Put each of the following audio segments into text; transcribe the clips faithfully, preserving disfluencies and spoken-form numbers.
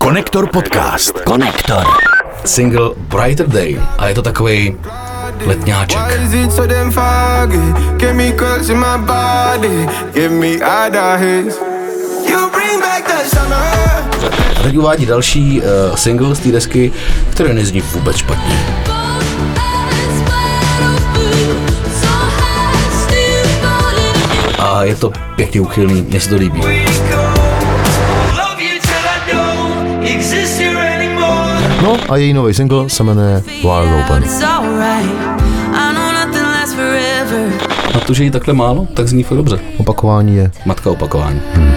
Konektor podcast. Konektor. Single Brighter Day a je to takovej letňáček. A teď uvádí další uh, single z té desky, který nezní vůbec špatně. A je to pěkně uchylný, mně se to líbí. No a její nový single se jmenuje Wide Open. Na to, že jí takhle málo, tak zní fakt dobře. Opakování je matka opakování. Hmm.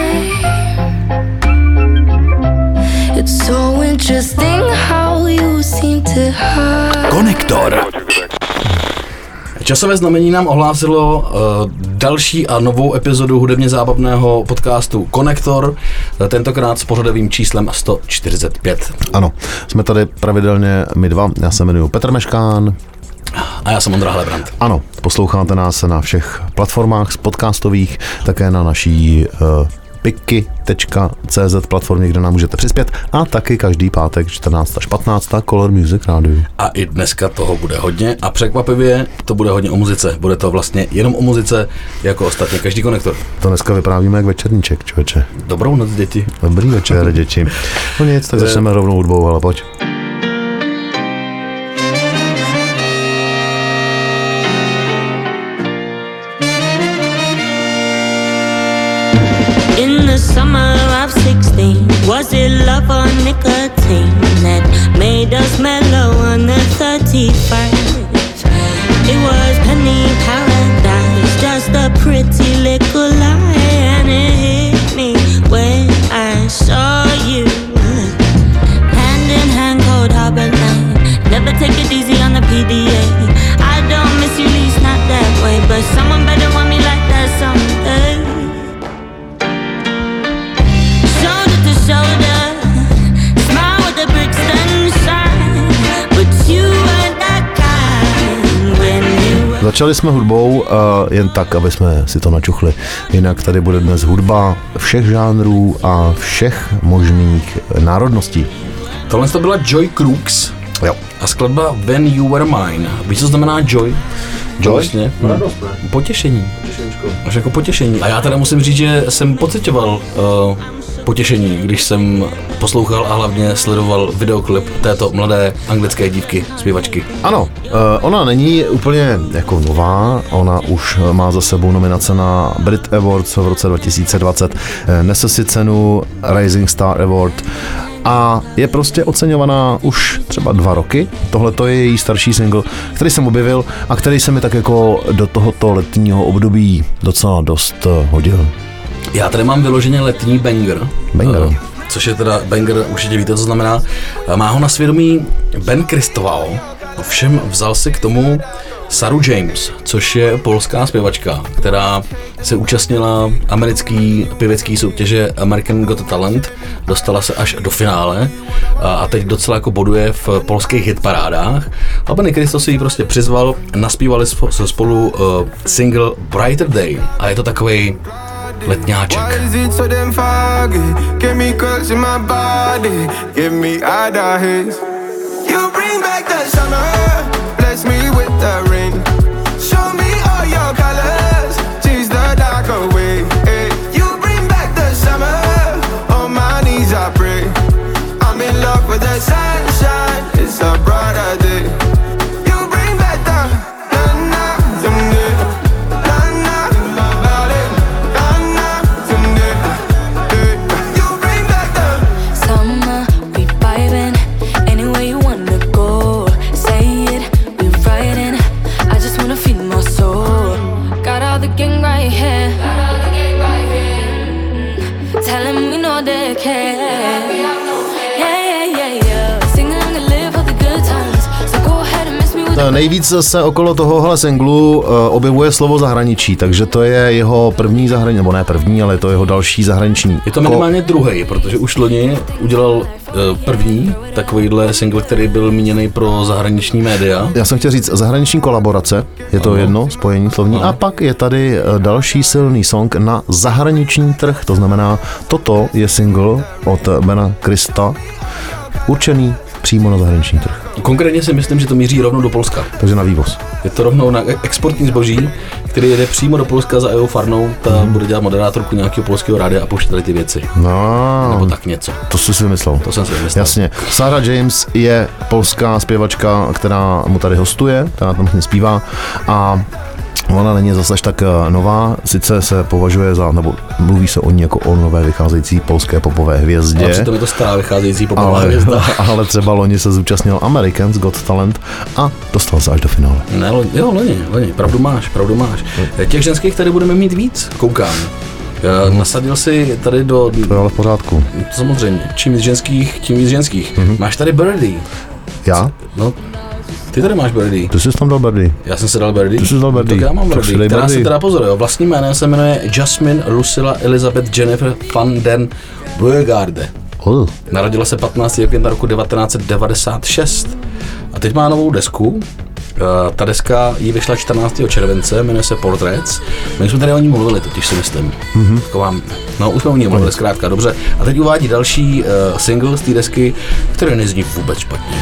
Konektor. Časové znamení nám ohlásilo uh, další a novou epizodu hudebně zábavného podcastu Konektor, tentokrát s pořadovým číslem sto čtyřicet pět. Ano, jsme tady pravidelně my dva, já se jmenuji Petr Meškán. A já jsem Ondra Helebrant. Ano, posloucháte nás na všech platformách podcastových, také na naší uh, piky tečka cé zet platformě, kde nám můžete přispět, a taky každý pátek čtrnáct až patnáct na Color Music Radio. A i dneska toho bude hodně a překvapivě to bude hodně o muzice. Bude to vlastně jenom o muzice, jako ostatně každý konektor. To dneska vyprávíme jak večerníček, člověče. Dobrou noc, děti. Dobrý večer, děti. No nic, tak začneme rovnou hudbou, ale pojď. In the summer of sixteen, was it love or nicotine that made us mellow on the thirty-first? It was penny paradise, just a pretty little lie, and it hit me when I saw you. Hand in hand, cold harbor line, never take it easy on the P D A. I don't miss you, least not that way, but someone better want me like that someday. Shoulder, smile with the bricks then shine, but you weren't that kind when you were... Začali jsme hudbou uh, jen tak, aby jsme si to načuchli. Jinak tady bude dnes hudba všech žánrů a všech možných národností. Tohle to byla Joy Crooks. Jo. A skladba When You Were Mine. Víš, co znamená joy? Joy? Vlastně. Radost, ne? Potěšení. Až jako potěšení. A já teda musím říct, že jsem pocitoval uh, potěšení, když jsem poslouchal a hlavně sledoval videoklip této mladé anglické dívky, zpěvačky. Ano, uh, ona není úplně jako nová, ona už má za sebou nominace na Brit Awards v roce dva tisíce dvacet, nese si cenu Rising Star Award a je prostě oceňovaná už třeba dva roky. Tohle to je její starší single, který jsem objevil a který se mi tak jako do tohoto letního období docela dost hodil. Já tady mám vyloženě letní banger. Banger. Uh, což je teda banger, určitě víte, co znamená. Má ho na svědomí Ben Christoval, ovšem vzal si k tomu Saru James, což je polská zpěvačka, která se účastnila americké pěvecké soutěže American Got Talent, dostala se až do finále a teď docela jako boduje v polských hitparádách. A Ben Christos si ji prostě přizval, naspívali spolu uh, single Brighter Day a je to takovej letňáček. Yeah, yeah, yeah, yeah. Singing to live for the good times. So go ahead and miss me with Nejvíc se okolo tohohle singlu uh, objevuje slovo zahraničí, takže to je jeho první zahraniční, nebo ne první, ale to je jeho další zahraniční. Je to minimálně druhý, protože už loni udělal uh, první takovýhle single, který byl míněný pro zahraniční média. Já jsem chtěl říct zahraniční kolaborace, je to ano. jedno spojení slovní. Ano. A pak je tady další silný song na zahraniční trh, to znamená, toto je single od Bena Christa, určený přímo na zahraniční trh. Konkrétně si myslím, že to míří rovnou do Polska. Takže na vývoz. Je to rovnou na exportní zboží, který jede přímo do Polska za Evou Farnou, ta hmm. bude dělat moderátorku nějakého polského rádia a pouštět tady ty věci. No, nebo tak něco. To jsi si vymyslel. To jsem si vymyslel. Jasně. Sarah James je polská zpěvačka, která mu tady hostuje, která tam zpívá a ona není zase tak nová, sice se považuje za, nebo mluví se o ní jako o nové vycházející polské popové hvězdě. A přitom je to stará vycházející popová ale, hvězda. Ale třeba loni se zúčastnil Americans Got Talent a dostal se až do finále. Ne, loni, jo, loni, loni, pravdu máš, pravdu máš. Těch ženských tady budeme mít víc, koukám. Hmm. Nasadil si tady do... To je ale v pořádku. Samozřejmě, čím víc ženských, tím víc ženských. Hmm. Máš tady Birdie. Já? No, ty tady máš Birdie. Ty jsi tam dal Birdie. Já jsem si dal Birdie. Ty jsi dal Birdie. Tak já mám Birdie, která Birdie. se teda pozor, jo. Vlastní jméno se jmenuje Jasmine Lucilla Elizabeth Jennifer van den Boegaarde. Oh. Narodila se patnáctého května roku devatenáct set devadesát šest. A teď má novou desku. Ta deska jí vyšla čtrnáctého července, jmenuje se Portraits. My jsme tady o ní mluvili, totiž si myslím. Mm-hmm. Taková, no už jsme o ní mluvili, zkrátka, dobře. A teď uvádí další uh, single z té desky, který nezní vůbec špatně.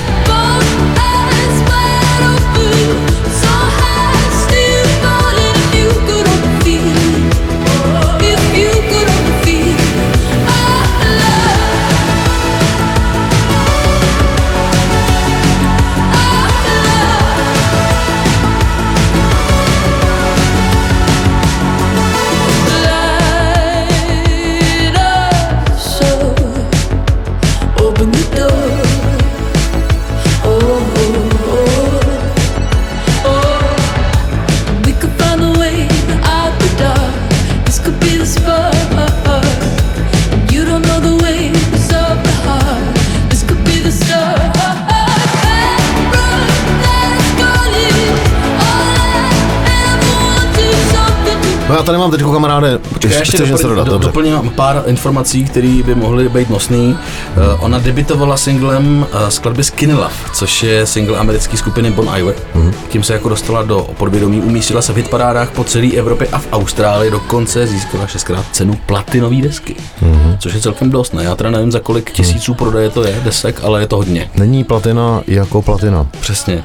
No já tady mám teď kamaráde, já ještě doplň, do, doplním pár informací, které by mohly být nosný. Uh, ona debitovala singlem uh, skladby Skinny Love, což je single americké skupiny Bon Iver. Mm-hmm. Tím se jako dostala do podvědomí, umístila se v hitparádách po celé Evropě a v Austrálii, dokonce získala šestkrát cenu platinové desky. Mm-hmm. Což je celkem dost, ne? Já teda nevím, za kolik tisíců prodeje to je desek, ale je to hodně. Není platina jako platina. Přesně.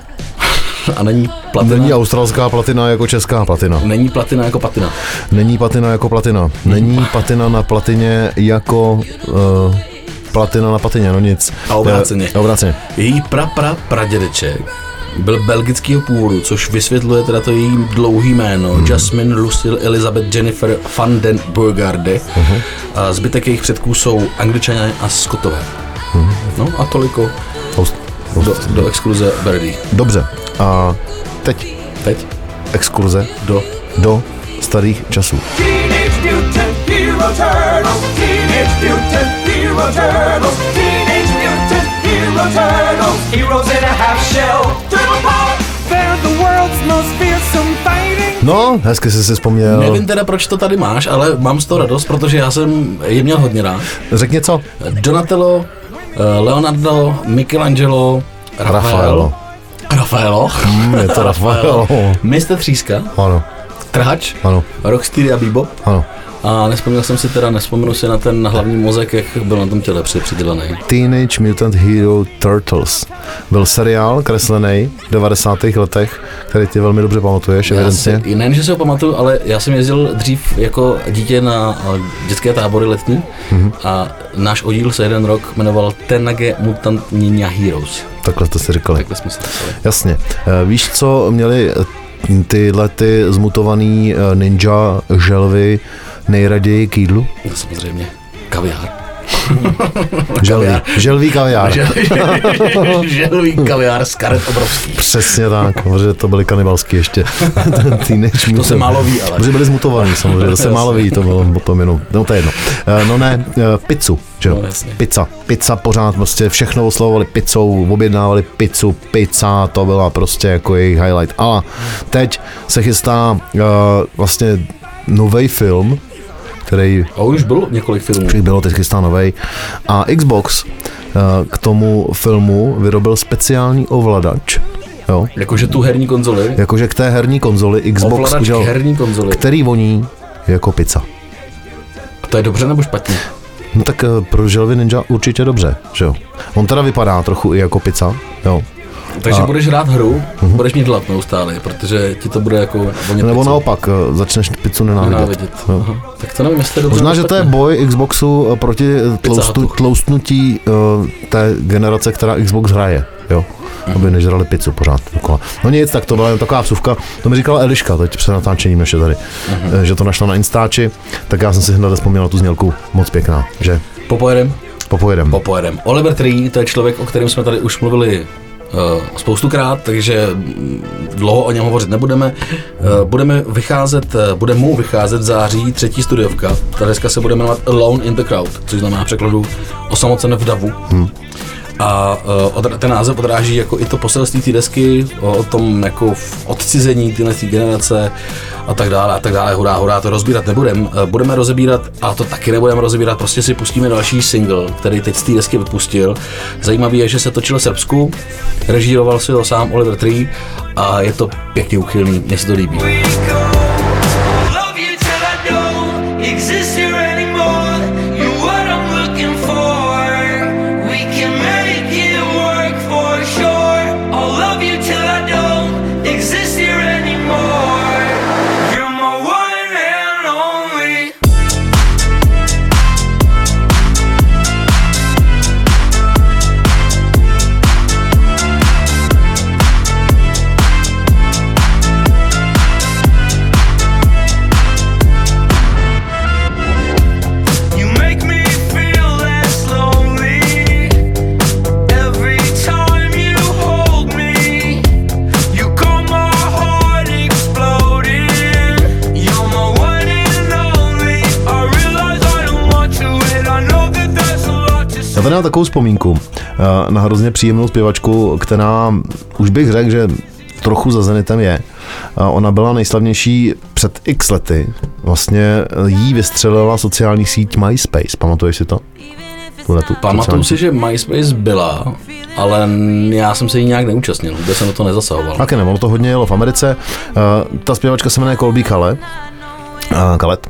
A není platina. Není australská platina jako česká platina. Není platina jako patina. Není patina jako platina. Není patina na platině jako uh, platina na patině, no nic. A obráceně. Uh, obráceně. Její pra pra pradědeček byl belgického původu, což vysvětluje teda to její dlouhý jméno. Hmm. Jasmine Lucille Elizabeth Jennifer van den Boegaarde. Uh-huh. A zbytek jejich předků jsou Angličané a Skotové. Hmm. No a toliko Ost, ost. do, do exkluze Birdie. Dobře. A teď? Teď? Exkurze do, do starých časů. Teenage Mutant Hero Turtles, Teenage Mutant Hero Turtles, Teenage Mutant Hero Turtles, heroes in a half shell, turtle power, they're the world's most fearsome fighting. No, hezky jsi si vzpomněl. Nevím teda, proč to tady máš, ale mám z toho radost, protože já jsem je měl hodně rád. Řekni co? Donatello, Leonardo, Michelangelo, Rafael. Rafaelo. Rafaelo. Mm, je to Rafaelo. mister Tříska. Ano. Trhač. Ano. Rocksteady a Bebop. Ano. A nespomněl jsem si teda, nespomenu si na ten hlavní mozek, jak byl na tom těle přidělený. Teenage Mutant Hero Turtles. Byl seriál kreslený v devadesátých letech, který ty velmi dobře pamatuješ, evidentně. Nejen, že si ho pamatuju, ale já jsem jezdil dřív jako dítě na dětské tábory letní mm-hmm. a náš oddíl se jeden rok jmenoval Teenage Mutant Ninja Heroes. Takhle to si říkali. Takhle jsme si říkali. Jasně. Víš, co měli tyhle ty zmutovaný ninja želvy nejraději k jídlu? No, samozřejmě. Kaviár. Želví, želví kaviár. Želví kaviár z karet obrovský. Přesně tak, protože to byly kanibalský ještě. Teenage To se málo ví, ale. Protože byli zmutovaní samozřejmě, to se málo ví, to bylo potom jenom, no to je jedno. No ne, pizzu, že jo, no, pizza, pizza pořád prostě všechno oslovovali pizzou, objednávali pizzu, pizza, to byla prostě jako jejich highlight. Ale teď se chystá uh, vlastně novej film, který... A už bylo několik filmů. Už bylo, teď chystá novej. A Xbox uh, k tomu filmu vyrobil speciální ovladač. Jo. Jakože tu herní konzoli? Jakože k té herní konzoli Xbox ovladač udělal, herní konzoli. Který voní jako pizza. A to je dobře nebo špatně? No tak uh, pro želvy ninja určitě dobře, že jo. On teda vypadá trochu i jako pizza, jo. Takže a... budeš hrát hru, uh-huh. budeš mít hlad neustále, protože ti to bude jako vonět. Nebo pizzu. Naopak, začneš pizzu nenávidět. nenávidět. Tak to nevím, jestli to dobře. Možná, že to je boj Xboxu proti tloustu, tloustnutí uh, té generace, která Xbox hraje, jo. Uh-huh. Aby nežrali pizzu pořád dokola. No nic, tak to byla jen taková vsuvka. To mi říkala Eliška, teď před natáčením ještě tady, uh-huh. že to našla na Instači, tak já jsem si hned vzpomněl na tu znělku, moc pěkná, že? Popojedem? Popojedem. Popojedem. Oliver Tree, to je člověk, o kterém jsme tady už mluvili Uh, spoustukrát, takže dlouho o něm hovořit nebudeme. Uh, budeme vycházet, uh, bude mu vycházet v září třetí studiovka. Ta deska se bude jmenovat Alone in the Crowd, což znamená v překladu Osamocen v davu. Hmm. A uh, ten název odráží jako i to poselství té desky o, o tom jako odcizení téhle generace a tak dále a tak dále. Hurá, hurá, to rozbírat nebudeme. Uh, budeme rozebírat, a to taky nebudeme rozebírat, prostě si pustíme další single, který teď z té desky vypustil. Zajímavý je, že se točil v Srbsku, režíroval si ho sám Oliver Tree a je to pěkně uchylný, mně se to líbí. Já tady mám takovou vzpomínku na hrozně příjemnou zpěvačku, která už bych řekl, že trochu za Zenitem je. Ona byla nejslavnější před x lety. Vlastně jí vystřelila sociální síť MySpace. Pamatuješ si to? Pamatuju si, že MySpace byla, ale já jsem se jí nějak neúčastnil, vůbec jsem do toho nezasahoval. Taky ne, ono to hodně jelo v Americe. Ta zpěvačka se jmenuje Colby Callet. Callet.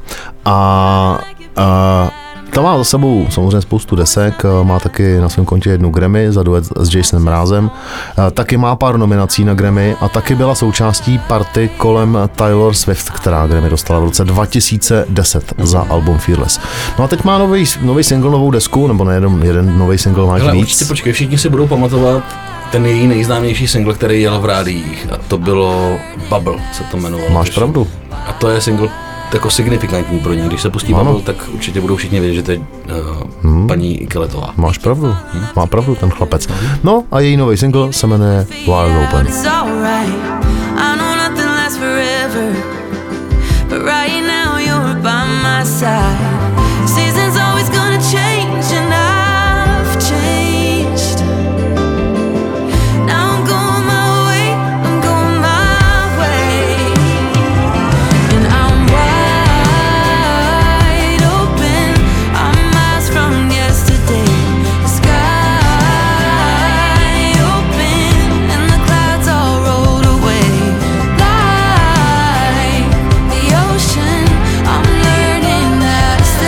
A, a ta má za sebou samozřejmě spoustu desek, má taky na svém kontě jednu Grammy za duet s Jasonem Mrázem, taky má pár nominací na Grammy a taky byla součástí party kolem Taylor Swift, která Grammy dostala v roce dva tisíce deset za album Fearless. No a teď má nový, nový single, novou desku, nebo nejenom jeden nový single, máš víc. víc. Určitě počkej, všichni si budou pamatovat ten její nejznámější single, který jel v rádiích, a to bylo Bubble, se to jmenovalo. Máš pravdu. A to je single jako signifikantní pro ní. Když se pustí Bubble, tak určitě budou všichni vědět, že to je uh, hmm. paní Callettová. Máš pravdu, hmm. má pravdu ten chlapec. No a její nový single se jmenuje Wide Open. Stay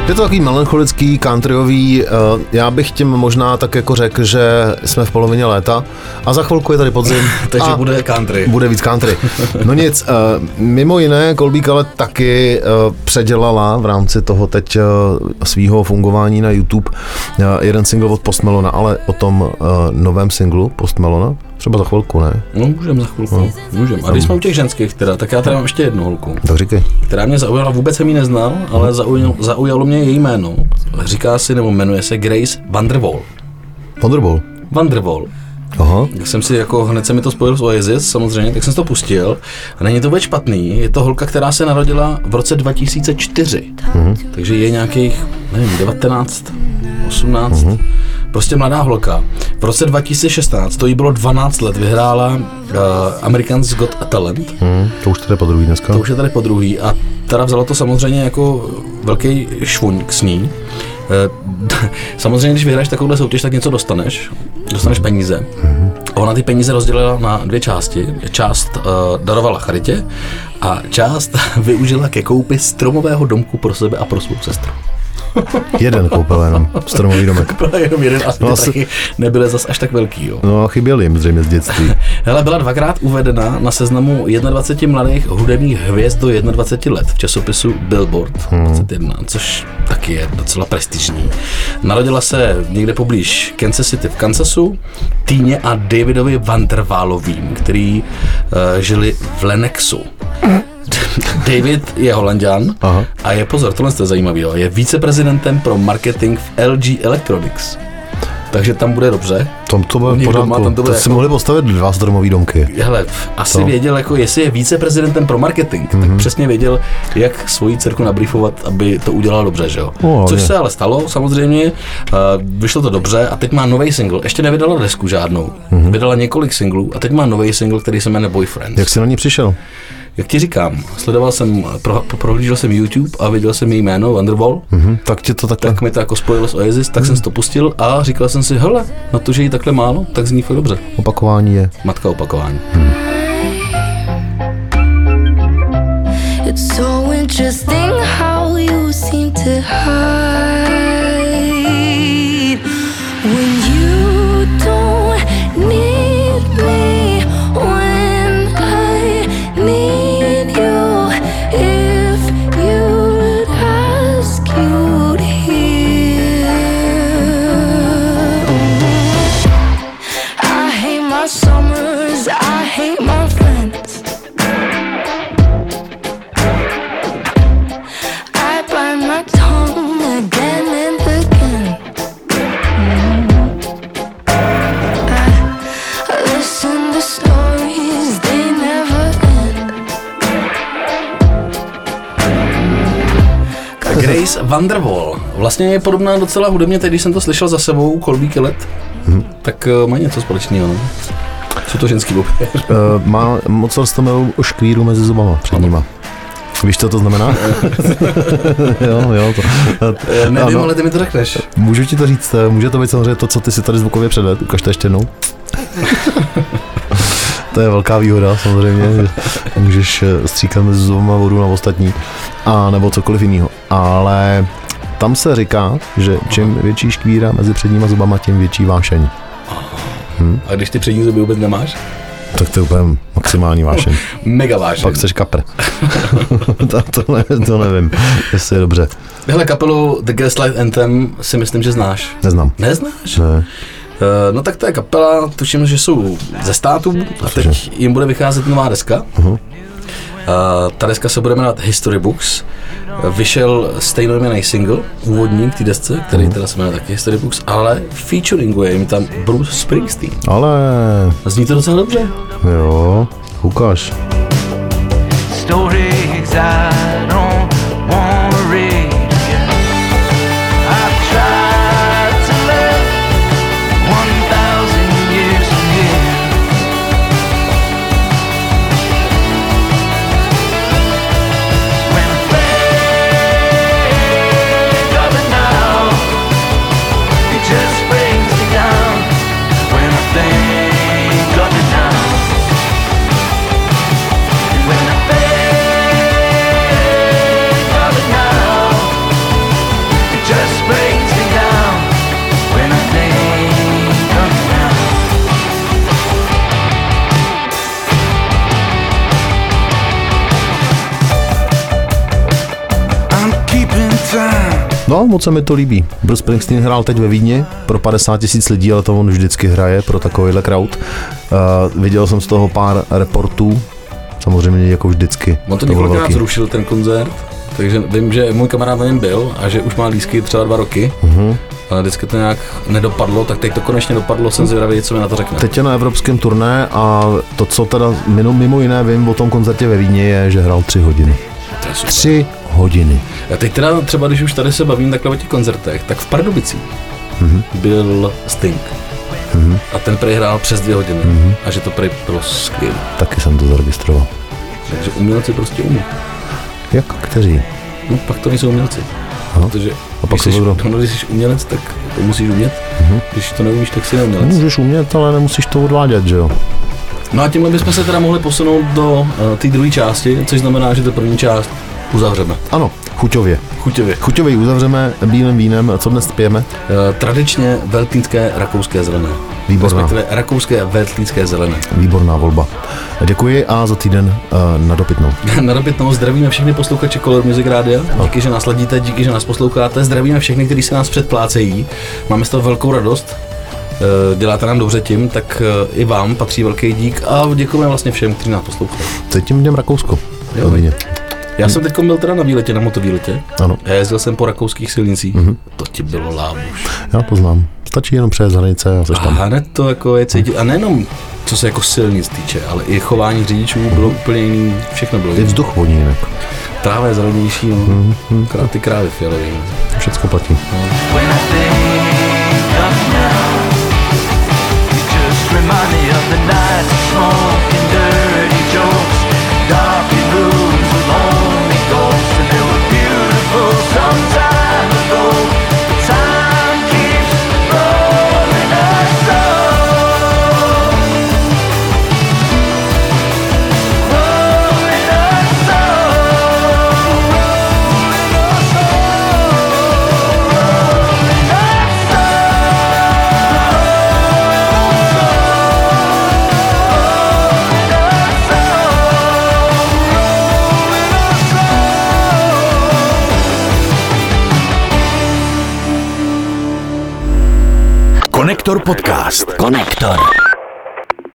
Je to takový melancholický, countryový, já bych tím možná tak jako řekl, že jsme v polovině léta a za chvilku je tady podzim. Takže bude country. Bude víc country. No nic, mimo jiné Kolbík ale taky předělala v rámci toho teď svýho fungování na YouTube jeden single od Post Malona, ale o tom novém singlu Post Malona třeba za chvilku, ne? No, můžeme za chvilku, no. můžeme. A když jsme u těch ženských teda, tak já tady mám ještě jednu holku. Tak říkej. Která mě zaujala, vůbec jsem ji neznal, ale zaujalo, zaujalo mě její jméno. Říká si, nebo jmenuje se Grace Vanderwall. Vanderwall. Vanderwall. Aha. Tak jsem si jako, hned se mi to spojil s Oasis, samozřejmě, tak jsem to pustil. A není to vůbec špatný, je to holka, která se narodila v roce dva tisíce čtyři. Mm-hmm. Takže je nějakých, nevím, devatenáct, osmnáct. Mm-hmm. Prostě mladá holka. V roce dva tisíce šestnáct, to jí bylo dvanáct let, vyhrála uh, American's Got Talent. Mm, to už tady po druhý dneska. To už je tady po druhý a teda vzalo to samozřejmě jako velký švuň s ní. Samozřejmě, když vyhraješ takovouhle soutěž, tak něco dostaneš. Dostaneš peníze. Ona ty peníze rozdělila na dvě části. Část uh, darovala charitě a část využila ke koupi stromového domku pro sebe a pro svou sestru. Jeden koupil jenom, stromový domek. Koupila jenom jeden a ty no asi... nebyly zas až tak velký, jo. No a chyběl jim zřejmě z dětství. Hele, byla dvakrát uvedena na seznamu dvacet jedna mladých hudebních hvězd do dvacet jedna let v časopisu Billboard hmm. dvacet jedna, což taky je docela prestižní. Narodila se někde poblíž Kansas City v Kansasu, Týně a Davidovi Vanderwaalovým, který uh, žili v Lennoxu. David je Holanďan a je, pozor, tohle je zajímavý, jo, je viceprezidentem pro marketing v L G Electronics. Takže tam bude dobře. Tam to bude v pořádku, tam to bude to jako... si mohli postavit dva stromový domky. Hele, asi to. Věděl, jako jestli je viceprezidentem pro marketing, mm-hmm. tak přesně věděl, jak svoji dcerku nabrýfovat, aby to udělala dobře, že jo. Oh, Což je. se ale stalo, samozřejmě, uh, vyšlo to dobře a teď má nový single. Ještě nevydala desku žádnou, mm-hmm. vydala několik singlů a teď má nový single, který se jmenuje Boyfriends. Jak jsi na ní přišel? Jak ti říkám, sledoval jsem, pro, prohlížel jsem YouTube a viděl jsem její jméno, Vanderwall, mm-hmm, tak tě to takhle... tak mi to jako spojilo s Oasis, tak mm. jsem si to pustil a říkal jsem si, hele, na to, že jí takhle málo, tak zní fakt dobře. Opakování je. Matka opakování. Mm. It's so interesting how you seem to hide when you don't need me, when I need. Summers, I hate my friends. I bite my tongue again and again. I, I listen to stories, they never end. Grace Vanderwall. Vlastně je podobná docela hudebně, teď když jsem to slyšel za sebou u Kolbíky let, hmm. tak uh, má něco společného, no? Jsou to ženský opěr. Uh, má moc rostomilou škvíru mezi zubama před nima. Víš, co to znamená? jo, jo. To. Nevím, ano, ale ty mi to řekneš. Můžu ti to říct, může to být samozřejmě to, co ty si tady zvukově předvedl. Ukaž to ještě jednou. To je velká výhoda, samozřejmě. Můžeš stříkat mezi zubama vodu na ostatní, a nebo cokoliv jiného. Ale tam se říká, že čím větší škvíra mezi předníma zubama, tím větší vášeň. Hmm? A když ty přední zuby vůbec nemáš? Tak to je úplně maximální vášeň. Mega vášeň. Pak chceš kapr. to, to, ne, to nevím, jestli je dobře. Hele, kapelu The Gaslight Anthem si myslím, že znáš. Neznám. Neznáš? Ne. Uh, no tak to je kapela, tuším, že jsou ze států a teď jim bude vycházet nová deska. Uh-huh. Uh, ta deska se bude jmenovat History Books. Vyšel stejnojmenný single, úvodní k té desce, který uh-huh. teda se jmenuje taky History Books, ale featuringuje jim tam Bruce Springsteen. Ale... Zní to docela dobře. Jo, ukáž. Stories I don't wanna read again. I've tried to live one thousand years from here. When I think of it now, it just brings me down. When I think of it now, when I think No, moc se mi to líbí. Bruce Springsteen hrál teď ve Vídni pro padesát tisíc lidí, ale to on vždycky hraje pro takovýhle crowd. Uh, viděl jsem z toho pár reportů, samozřejmě jako vždycky. On to několikrát zrušil ten koncert, takže vím, že můj kamarád na něm byl a že už má lístky třeba dva roky. Uh-huh. Ale vždycky to nějak nedopadlo, tak teď to konečně dopadlo, jsem zvědavý, co mi na to řekne. Teď je na evropském turné a to, co teda mimo, mimo jiné vím o tom koncertě ve Vídni, je, že hrál tři hodiny. Tři hodiny. A teď teda třeba, když už tady se bavím takhle o těch koncertech, tak v Pardubicích mm-hmm. byl Sting. Mm-hmm. A ten prej hrál přes dvě hodiny. Mm-hmm. A že to prej bylo skvělé. Taky jsem to zaregistroval. Takže umělci prostě umí. Jak? Kteří? No pak to nejsou umělci. Aha. Protože a pak když, jsi, no, když jsi umělec, tak to musíš umět. Mm-hmm. Když to neumíš, tak si neumělec. Můžeš umět, ale nemusíš to odvádět, že jo? No a tímhle bychom se teda mohli posunout do uh, té druhé části, což znamená, že to první část uzavřeme. Ano, chuťově. Chuťově. Chuťově ji uzavřeme bílým vínem. Co dnes pijeme? Uh, tradičně veltlínské rakouské zelené. Výborná. Respektive rakouské veltlínské zelené. Výborná volba. Děkuji a za týden uh, na dopitnou. Na dopitnou zdravíme všechny posluchače Color Music Rádia. Díky, že nás sledíte, díky, že nás posloucháte. Zdravíme všechny, kteří se nás předplácejí. Máme z toho velkou radost. Děláte nám dobře tím, tak i vám patří velký dík a děkujeme vlastně všem, kteří nás poslouchají. Teď tím jdem Rakousko. Jo. Já jsem teď byl teda na výletě, na motovýletě. Ano. Já jezdil jsem po rakouských silnicích. Mm-hmm. To ti bylo lámuš. Já to znám. Stačí jenom přejet hranice a seš tam. A hned to jako je cítit. A nejenom co se jako silnic týče, ale i chování řidičů bylo úplně jiný. Všechno bylo jiný. I vzduch voní jinak. Tráva je zelenější, no. Mm-hmm. Ty krávy fialový. Všecko platí. No. Remind me of the night, smoking dirty jokes, dark rooms with lonely ghosts, and they were beautiful some time ago. But time keeps rolling us on, rolling us on, rolling us on, rolling us on. Konektor podcast. Konektor.